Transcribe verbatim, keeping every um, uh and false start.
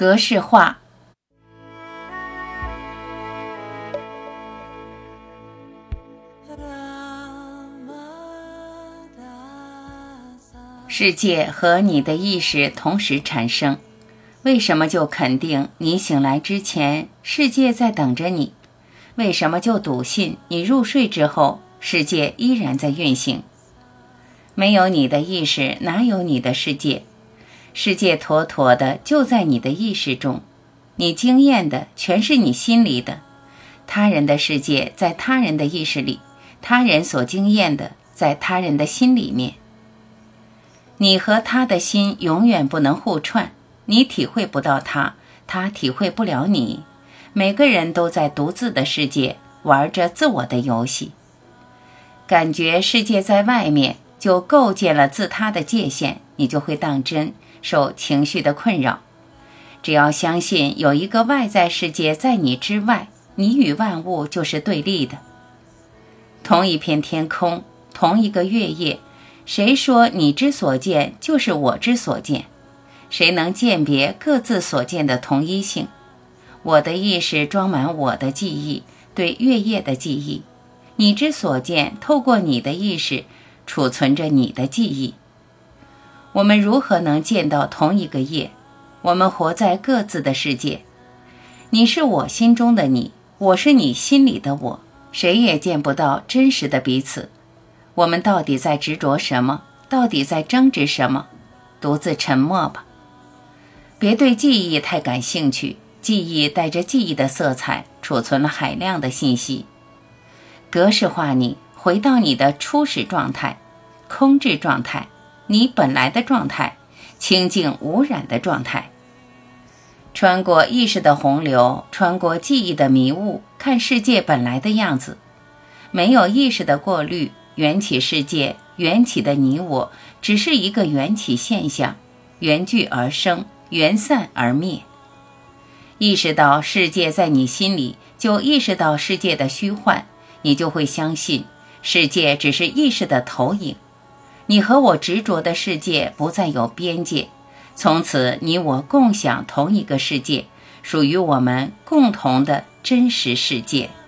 格式化。世界和你的意识同时产生，为什么就肯定你醒来之前世界在等着你？为什么就笃信你入睡之后世界依然在运行？没有你的意识，哪有你的世界？世界妥妥的就在你的意识中，你经验的全是你心里的，他人的世界在他人的意识里，他人所经验的在他人的心里面。你和他的心永远不能互串，你体会不到他，他体会不了你。每个人都在独自的世界玩着自我的游戏，感觉世界在外面，就构建了自他的界限，你就会当真，受情绪的困扰。只要相信有一个外在世界在你之外，你与万物就是对立的。同一片天空，同一个月夜，谁说你之所见就是我之所见？谁能鉴别各自所见的同一性？我的意识装满我的记忆，对月夜的记忆，你之所见透过你的意识储存着你的记忆。我们如何能见到同一个夜？我们活在各自的世界，你是我心中的你，我是你心里的我，谁也见不到真实的彼此。我们到底在执着什么？到底在争执什么？独自沉默吧。别对记忆太感兴趣，记忆带着记忆的色彩，储存了海量的信息。格式化你，回到你的初始状态，空质状态，你本来的状态，清净无染的状态。穿过意识的洪流，穿过记忆的迷雾，看世界本来的样子。没有意识的过滤，缘起世界，缘起的你我，只是一个缘起现象，缘聚而生，缘散而灭。意识到世界在你心里，就意识到世界的虚幻，你就会相信世界只是意识的投影。你和我执着的世界不再有边界，从此你我共享同一个世界，属于我们共同的真实世界。